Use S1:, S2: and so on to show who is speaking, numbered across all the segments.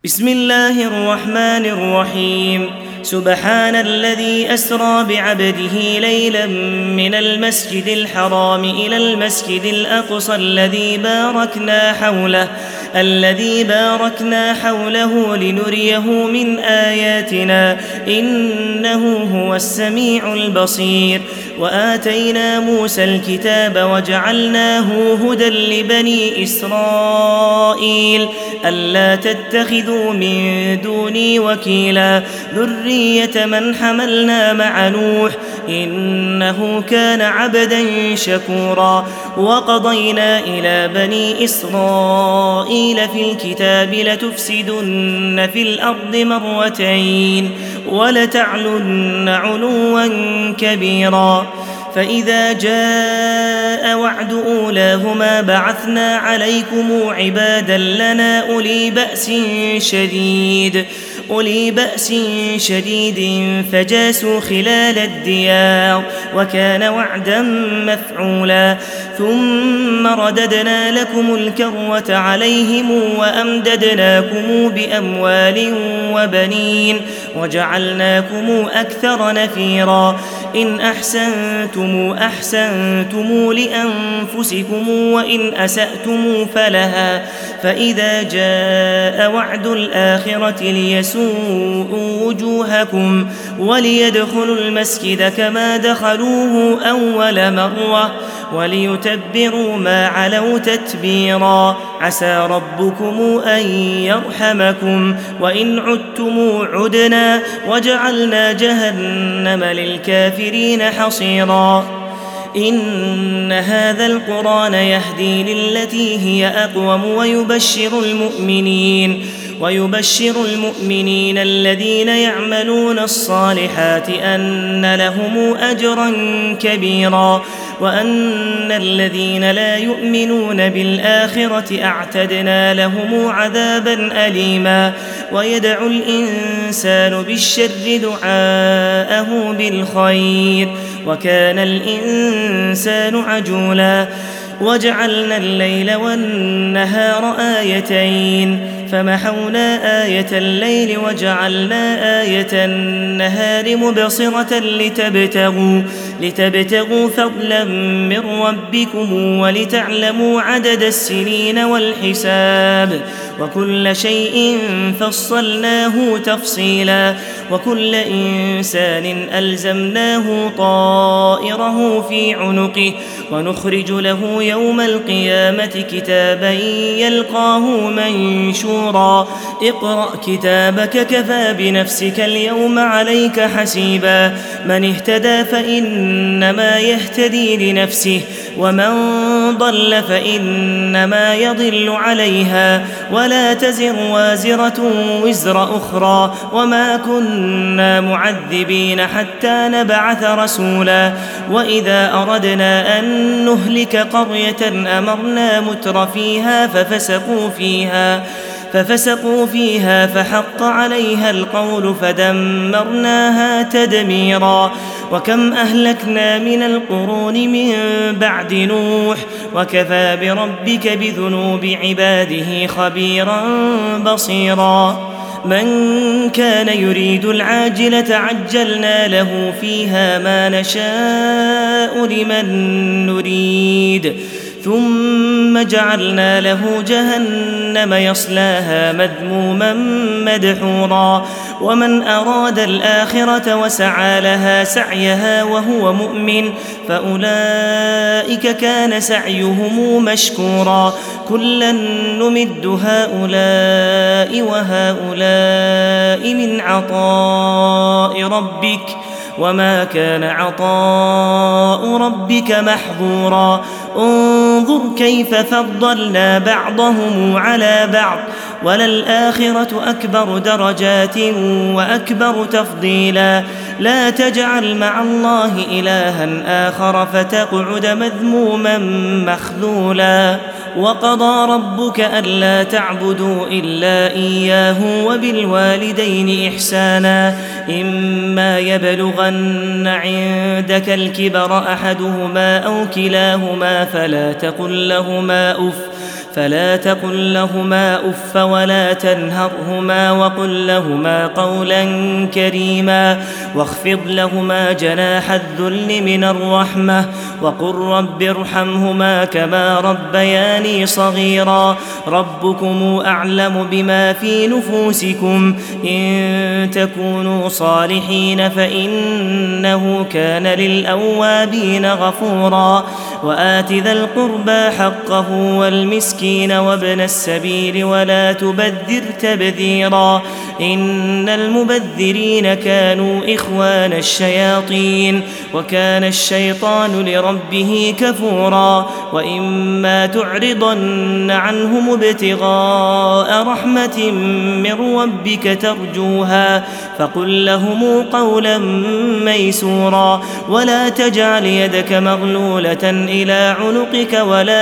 S1: بسم الله الرحمن الرحيم. سبحان الذي أسرى بعبده ليلا من المسجد الحرام إلى المسجد الأقصى الذي باركنا حوله لنريه من آياتنا إنه هو السميع البصير. وآتينا موسى الكتاب وجعلناه هدى لبني إسرائيل ألا تتخذوا من دوني وكيلا ذرية من حملنا مع نوح إنه كان عبدا شكورا. وقضينا إلى بني إسرائيل في الكتاب لتفسدن في الأرض مرتين ولتعلن علوا كبيرا. فإذا جاء وعد أولاهما بعثنا عليكم عبادا لنا أولي بأس شديد فجاسوا خلال الديار وكان وعدا مفعولا. ثم رددنا لكم الكرة عليهم وأمددناكم بأموال وبنين وجعلناكم أكثر نفيرا. إن أحسنتم لأنفسكم وإن أسأتم فلها. فإذا جاء وعد الآخرة ليسوءوا وجوهكم وليدخلوا المسجد كما دخلوه أول مرة وليتبروا ما علوا تتبيرا. عسى ربكم أن يرحمكم وإن عدتم عدنا وجعلنا جهنم للكافرين حصيرا. إن هذا القرآن يهدي للتي هي أقوم ويبشر المؤمنين الذين يعملون الصالحات أن لهم أجرا كبيرا وأن الذين لا يؤمنون بالآخرة أعتدنا لهم عذابا أليما. ويدعو الإنسان بالشر دعاءه بالخير وكان الإنسان عجولا. وجعلنا الليل والنهار آيتين فمحونا آية الليل وجعلنا آية النهار مبصرة لتبتغوا فضلا من ربكم ولتعلموا عدد السنين والحساب وكل شيء فصلناه تفصيلا. وكل إنسان ألزمناه طائره في عنقه ونخرج له يوم القيامة كتابا يلقاه منشورا. اقرأ كتابك كفى بنفسك اليوم عليك حسيبا. من اهتدى فإنما يهتدي لنفسه ومن ضل فإنما يضل عليها ولا تزر وازرة وزر أخرى وما كنا معذبين حتى نبعث رسولا. وإذا أردنا أن نهلك قرية أمرنا متر فيها ففسقوا فيها فحق عليها القول فدمرناها تدميرا. وكم أهلكنا من القرون من بعد نوح وكفى بربك بذنوب عباده خبيرا بصيرا. من كان يريد العاجلة عجلنا له فيها ما نشاء لمن نريد ثم جعلنا له جهنم يصلاها مذموما مدحورا. ومن أراد الآخرة وسعى لها سعيها وهو مؤمن فأولئك كان سعيهم مشكورا. كلا نمد هؤلاء وهؤلاء من عطاء ربك وما كان عطاء ربك محظورا. انظر كيف فضلنا بعضهم على بعض وللآخرة أكبر درجات وأكبر تفضيلا. لا تجعل مع الله إلها آخر فتقعد مذموما مخذولا. وقضى ربك ألا تعبدوا إلا إياه وبالوالدين إحسانا. إما يبلغن عندك الكبر أحدهما أو كلاهما فلا تقل لهما أف ولا تنهرهما وقل لهما قولا كريما واخفض لهما جناح الذل من الرحمة وقل رب ارحمهما كما ربياني صغيرا ربكم أعلم بما في نفوسكم إن تكونوا صالحين فإنه كان للأوابين غفورا وآت ذا القربى حقه والمسكين وابن السبيل ولا تبذر تبذيرا إن المبذرين كانوا إخوان الشياطين وكان الشيطان لربه كفورا وإما تعرضن عنهم ابتغاء رحمة من ربك ترجوها فقل لهم قولا ميسورا ولا تجعل يدك مغلولة إلى عنقك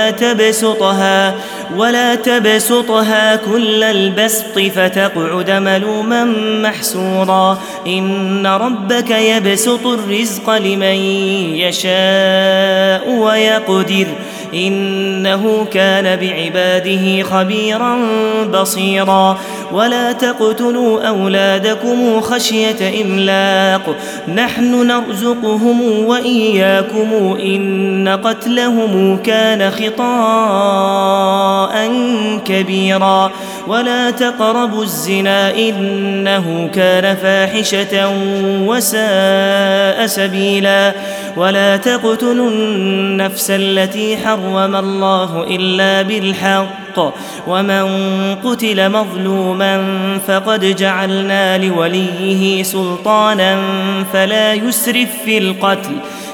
S1: ولا تبسطها كل البسط فتقعد ملوما محسورا إن ربك يبسط الرزق لمن يشاء ويقدر إنه كان بعباده خبيرا بصيرا ولا تقتلوا أولادكم خشية إملاق نحن نرزقهم وإياكم إن قتلهم كان خطاء كبيرا ولا تقربوا الزنا إنه كان فاحشة وساء سبيلا ولا تقتلوا النفس التي حرم الله إلا بالحق ومن قتل مظلوما فقد جعلنا لوليه سلطانا فلا يسرف في القتل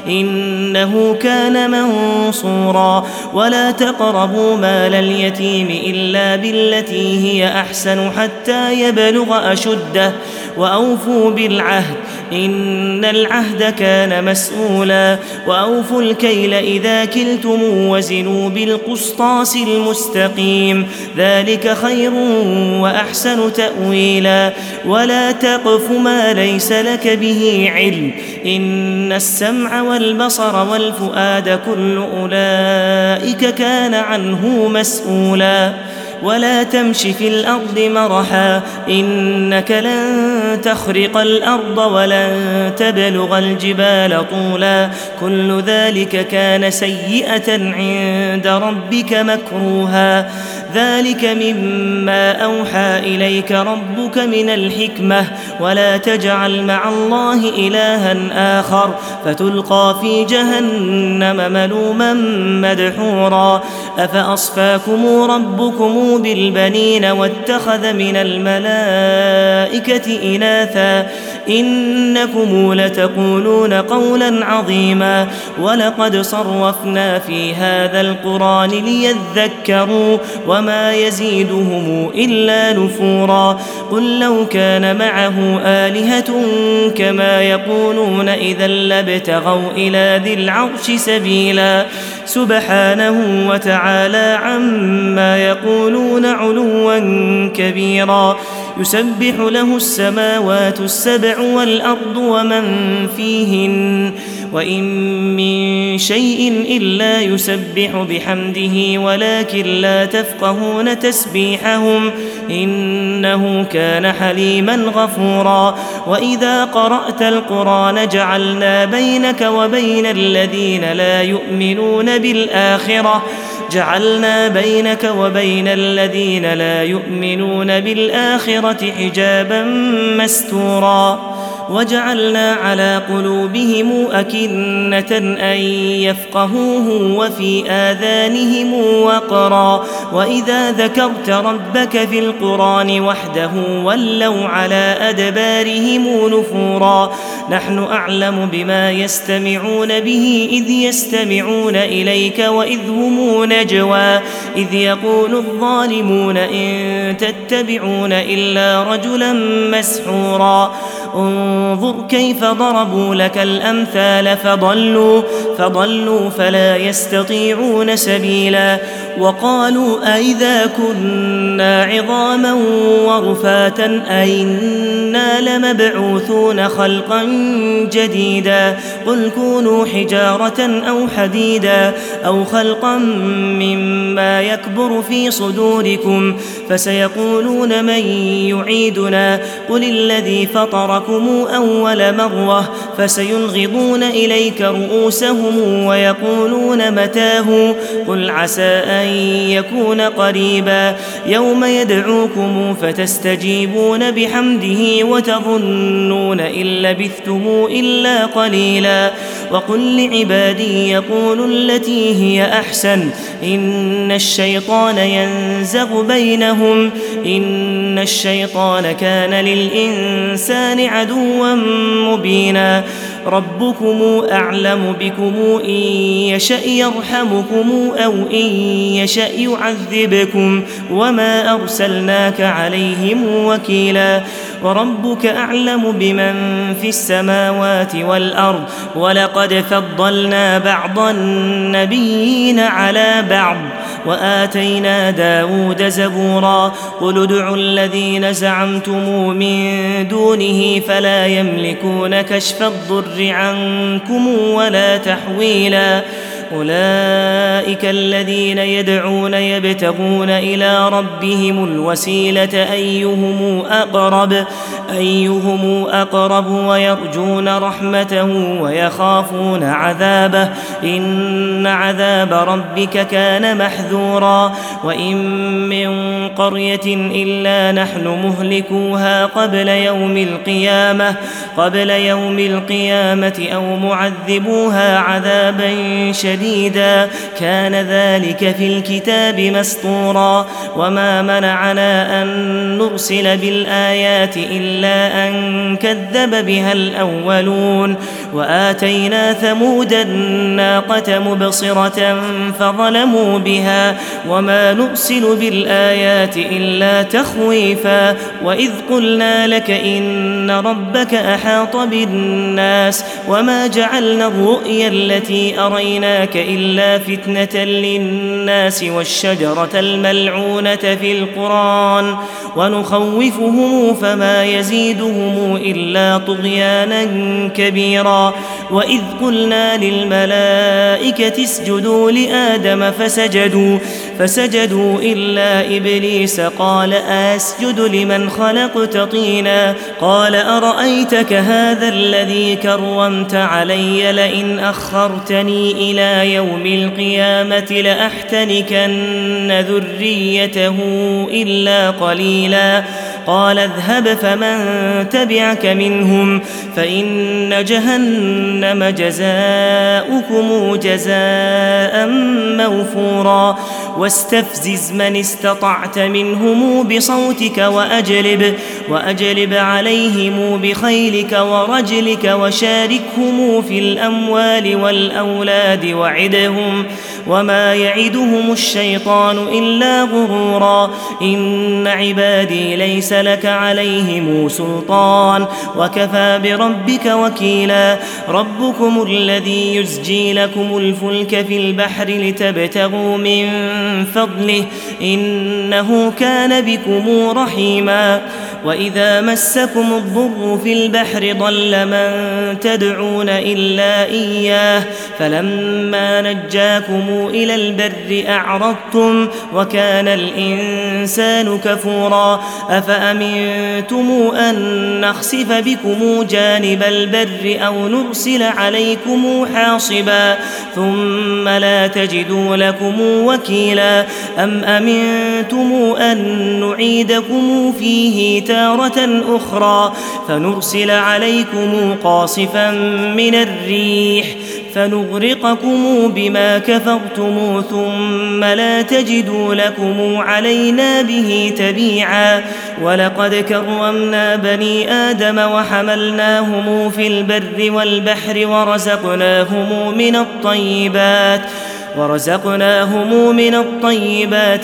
S1: إنه كان منصورا ولا تقربوا مال اليتيم إلا بالتي هي أحسن حتى يبلغ أشده وأوفوا بالعهد إن العهد كان مسؤولا وأوفوا الكيل إذا كلتم وزنوا بالقسطاس المستقيم ذلك خير وأحسن تأويلا ولا تقف ما ليس لك به علم إن السمع والبصر والفؤاد كل أولئك كان عنه مسؤولا ولا تمش في الأرض مرحا إنك لن تخرق الأرض ولن تبلغ الجبال طولا كل ذلك كان سيئة عند ربك مكروها ذلك مما أوحى إليك ربك من الحكمة ولا تجعل مع الله إلها آخر فتلقى في جهنم ملوما مدحورا أفأصفاكم ربكم بالبنين واتخذ من الملائكة إناثا إنكم لتقولون قولا عظيما ولقد صرفنا في هذا القرآن ليذكروا وما يزيدهم إلا نفورا قل لو كان معه آلهة كما يقولون إذا لابتغوا إلى ذي العرش سبيلا سبحانه وتعالى عما يقولون علوا كبيرا يسبح له السماوات السبع والأرض ومن فيهن وإن من شيء إلا يسبح بحمده ولكن لا تفقهون تسبيحهم إنه كان حليما غفورا وإذا قرأت القرآن جعلنا بينك وبين الذين لا يؤمنون بالآخرة حجابا مستورا وجعلنا على قلوبهم أكنة أن يفقهوه وفي آذانهم وقرا وإذا ذكرت ربك في القرآن وحده ولوا على أدبارهم نفورا نحن أعلم بما يستمعون به إذ يستمعون إليك وإذ هم نجوى إذ يقول الظالمون إن تتبعون إلا رجلا مسحورا انظر كيف ضربوا لك الأمثال فضلوا فلا يستطيعون سبيلا وقالوا أئذا كنا عظاما ورفاتا أئنا لمبعوثون خلقا جديدا قل كونوا حجارة أو حديدا أو خلقا مما يكبر في صدوركم فسيقولون من يعيدنا قل الذي فطركم أول مرة فسينغضون إليك رؤوسهم ويقولون متاه قل عسى أن يكون قريبا يوم يدعوكم فتستجيبون بحمده وتظنون إن لبثتم إلا قليلا وقل لعبادي يقولوا التي هي أحسن إن الشيطان ينزغ بينهم إن الشيطان كان للإنسان عدوا مبينا ربكم أعلم بكم إن يشأ يرحمكم أو إن يشأ يعذبكم وما أرسلناك عليهم وكيلا وربك أعلم بمن في السماوات والأرض ولقد فضلنا بعض النبيين على بعض وآتينا داود زبورا قل ادعوا الذين زعمتم من دونه فلا يملكون كشف الضر عنكم ولا تحويلا أولئك الذين يدعون يبتغون إلى ربهم الوسيلة أيهم أقرب ويرجون رحمته ويخافون عذابه إن عذاب ربك كان محذورا وإن من قرية إلا نحن مهلكوها قبل يوم القيامة أو معذبوها عذابا شديدا كان ذلك في الكتاب مسطورا وما منعنا أن نرسل بالآيات إلا أن كذب بها الأولون وآتينا ثمود الناقة مبصرة فظلموا بها وما نرسل بالآيات إلا تخويفا وإذ قلنا لك إن ربك أحاط بالناس وما جعلنا الرؤيا التي أريناك إلا فتنة للناس والشجرة الملعونة في القرآن ونخوفهم فما يزيدهم إلا طغيانا كبيرا وإذ قلنا للملائكة اسجدوا لآدم فسجدوا إلا إبليس قال أسجد لمن خلقت طينا قال أرأيتك هذا الذي كرمت علي لئن أخرتني إلى يوم القيامة لأحتنكن ذريته إلا قليلا قال اذهب فمن تبعك منهم فإن جهنم جزاؤكم جزاء موفورا واستفزز من استطعت منهم بصوتك وأجلب عليهم بخيلك ورجلك وشاركهم في الأموال والأولاد وعدهم وما يعدهم الشيطان إلا غرورا إن عبادي ليس لك عليهم سلطان وكفى بربك وكيلا ربكم الذي يزجي لكم الفلك في البحر لتبتغوا من فضله إنه كان بكم رحيما وإذا مسكم الضر في البحر ضل من تدعون إلا إياه فلما نجاكم إلى البر أعرضتم وكان الإنسان كفورا أفأمنتم أن نخسف بكم جانب البر أو نرسل عليكم حاصبا ثم لا تجدوا لكم وكيلا أم أمنتم أن نعيدكم فيه تارة أخرى فنرسل عليكم قاصفا من الريح فنغرقكم بما كفرتم ثم لا تجدوا لكم علينا به تبيعا ولقد كرمنا بني آدم وحملناهم في البر والبحر ورزقناهم من الطيبات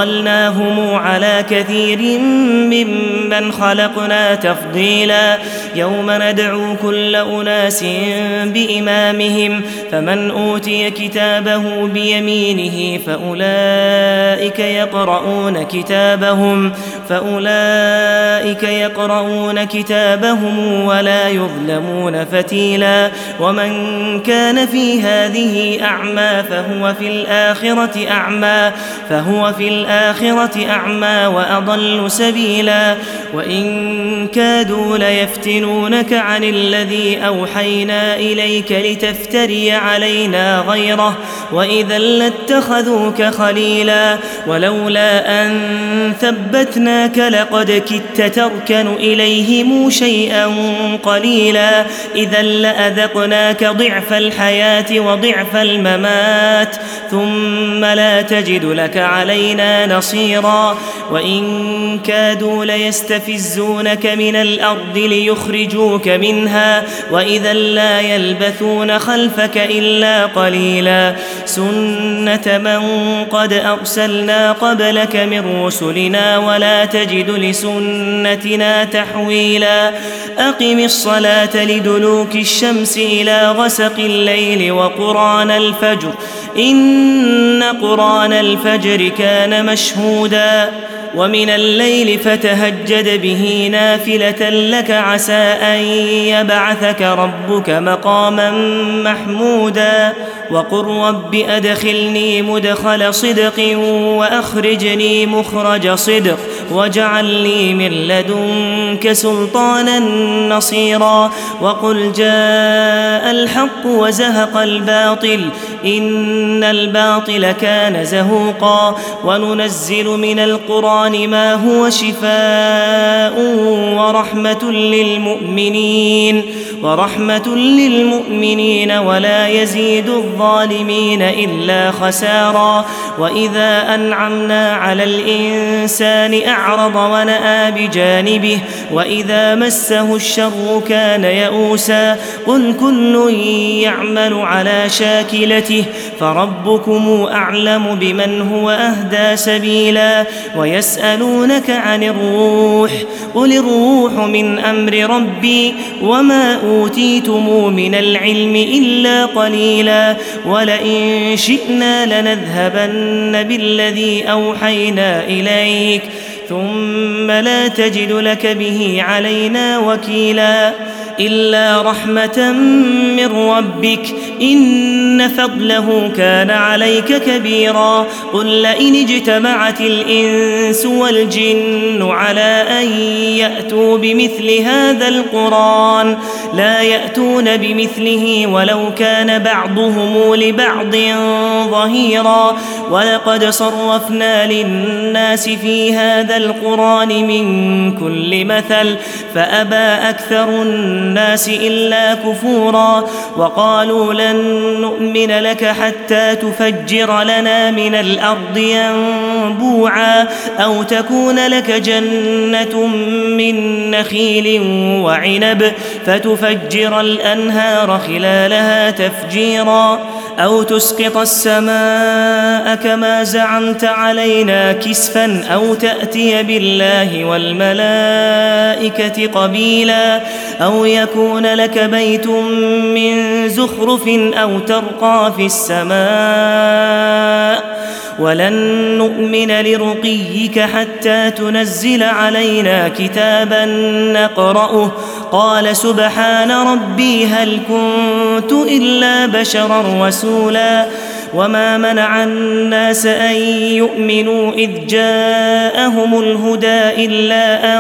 S1: وفضلناهم على كثير ممن خلقنا تفضيلا يوم ندعو كل أناس بإمامهم فمن أوتي كتابه بيمينه فأولئك يقرؤون كتابهم ولا يظلمون فتيلا ومن كان في هذه أعمى فهو في الآخرة أعمى وأضل سبيلا وإن كادوا ليفتنونك عن الذي أوحينا إليك لتفتري علينا غيره وإذا لاتخذوك خليلا ولولا أن ثبتناك لقد كدت تركن إليهم شيئا قليلا إذا لأذقناك ضعف الحياة وضعف الممات ثم لا تجد لك علينا نصيرا وإن كادوا ليستفزونك من الأرض ليخرجوك منها وإذا لا يلبثون خلفك إلا قليلا سنة من قد أرسلنا قبلك من رسلنا ولا تجد لسنتنا تحويلا أقم الصلاة لدلوك الشمس إلى غسق الليل وقرآن الفجر إن قرآن الفجر كان مشهودا ومن الليل فتهجد به نافلة لك عسى أن يبعثك ربك مقاما محمودا وقل رب أدخلني مدخل صدق وأخرجني مخرج صدق واجعل لي من لدنك سلطانا نصيرا وقل جاء الحق وزهق الباطل إن الباطل كان زهوقا وننزل من القرآن ما هو شفاء ورحمة للمؤمنين ولا يزيد الظالمين إلا خسارا وإذا أنعمنا على الإنسان أعرض ونأى بجانبه وإذا مسه الشر كان يئوسا قل كل يعمل على شاكلته فربكم أعلم بمن هو أهدى سبيلا ويسألونك عن الروح قل الروح من أمر ربي وما أوتيتم من العلم إلا قليلا ولئن شئنا لنذهبن بالذي أوحينا إليك ثم لا تجد لك به علينا وكيلا إلا رحمة من ربك إن فضله كان عليك كبيرا قل لئن اجتمعت الإنس والجن على أن يأتوا بمثل هذا القرآن لا يأتون بمثله ولو كان بعضهم لبعض ظهيرا ولقد صرفنا للناس في هذا القرآن من كل مثل فأبى أكثر الناس إلا كفورا وقالوا لن نؤمن لك حتى تفجر لنا من الأرض ينبوعا أو تكون لك جنة من نخيل وعنب فتفجر الأنهار خلالها تفجيرا أو تسقط السماء كما زعمت علينا كسفا أو تأتي بالله والملائكة قبيلا أو يكون لك بيت من زخرف أو ترقى في السماء ولن نؤمن لرقيك حتى تنزل علينا كتابا نقرأه قال سبحان ربي هل كنت إلا بشرا رسولا وما منع الناس أن يؤمنوا إذ جاءهم الهدى إلا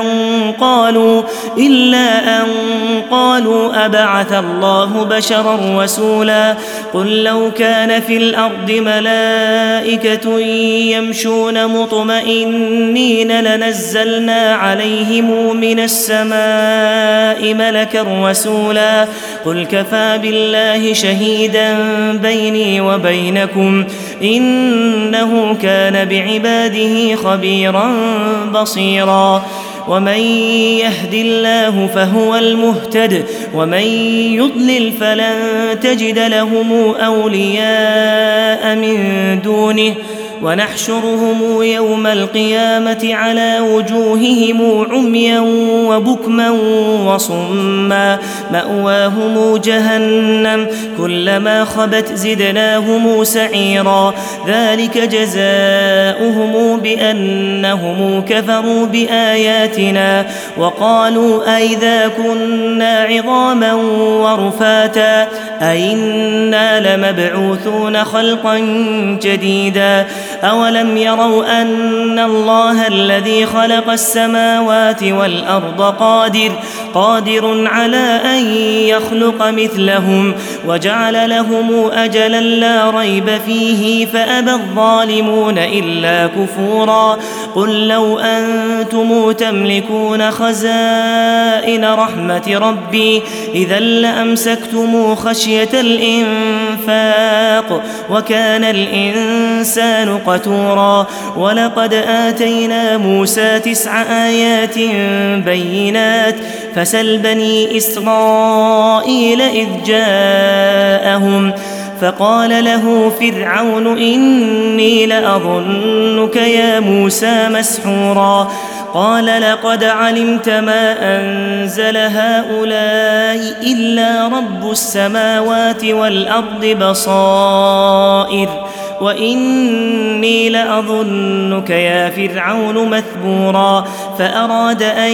S1: أن قالوا أبعث الله بشرا رسولا قل لو كان في الأرض ملائكة يمشون مطمئنين لنزلنا عليهم من السماء ملكا رسولا قل كفى بالله شهيدا بيني وبينكم إنه كان بعباده خبيرا بصيرا ومن يهد الله فهو المهتد ومن يضلل فلن تجد لهم أولياء من دونه ونحشرهم يوم القيامة على وجوههم عميا وبكما وصما مأواهم جهنم كلما خبت زدناهم سعيرا ذلك جزاؤهم بأنهم كفروا بآياتنا وقالوا أئذا كنا عظاما ورفاتا أئنا لمبعوثون خلقا جديدا أولم يروا أن الله الذي خلق السماوات والأرض قادر على أن يخلق مثلهم وجعل لهم أجلا لا ريب فيه فأبى الظالمون إلا كفورا قل لو أنتم تملكون خزائن رحمة ربي إذا لأمسكتم خشية الإنفاق وكان الإنسان قتورا ولقد آتينا موسى 9 آيات بينات فسل بني إسرائيل إذ جاءهم فقال له فرعون إني لأظنك يا موسى مسحورا قال لقد علمت ما أنزل هؤلاء إلا رب السماوات والأرض بصائر وإني لأظنك يا فرعون مثبورا فأراد أن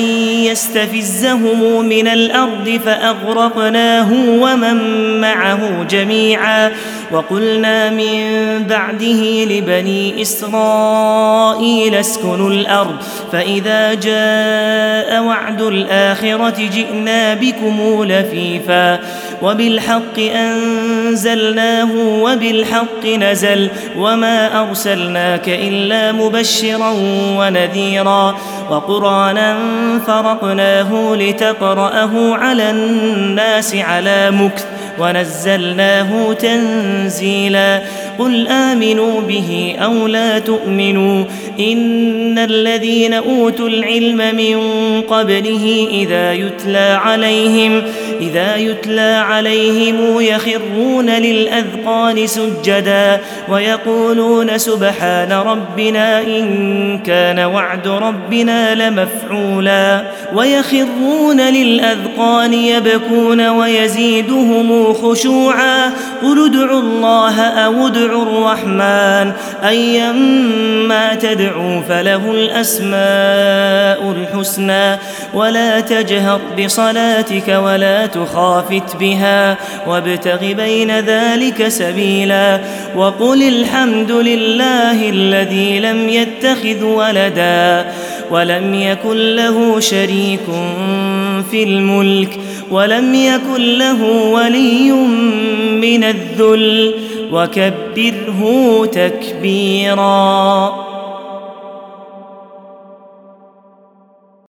S1: يستفزهم من الأرض فأغرقناه ومن معه جميعا وقلنا من بعده لبني إسرائيل اسكنوا الأرض فإذا جاء وعد الآخرة جئنا بكم لفيفا وبالحق أنزلناه وبالحق نزل وما أرسلناك إلا مبشرا ونذيرا وقرآنا فرقناه لتقرأه على الناس على مكث ونزلناه تنزيلا قل آمنوا به أو لا تؤمنوا إن الذين أوتوا العلم من قبله إذا يتلى عليهم يخرون للأذقان سجدا ويقولون سبحان ربنا إن كان وعد ربنا لمفعولا ويخرون للأذقان يبكون ويزيدهم خشوعا قل ادعوا الله أو ادعوا الرحمن أيما تدعوا فله الأسماء الحسنى ولا تجهر بصلاتك ولا تخافت بها وابتغ بين ذلك سبيلا وقل الحمد لله الذي لم يتخذ ولدا ولم يكن له شريك في الملك ولم يكن له ولي من الذل وكبره تكبيرا.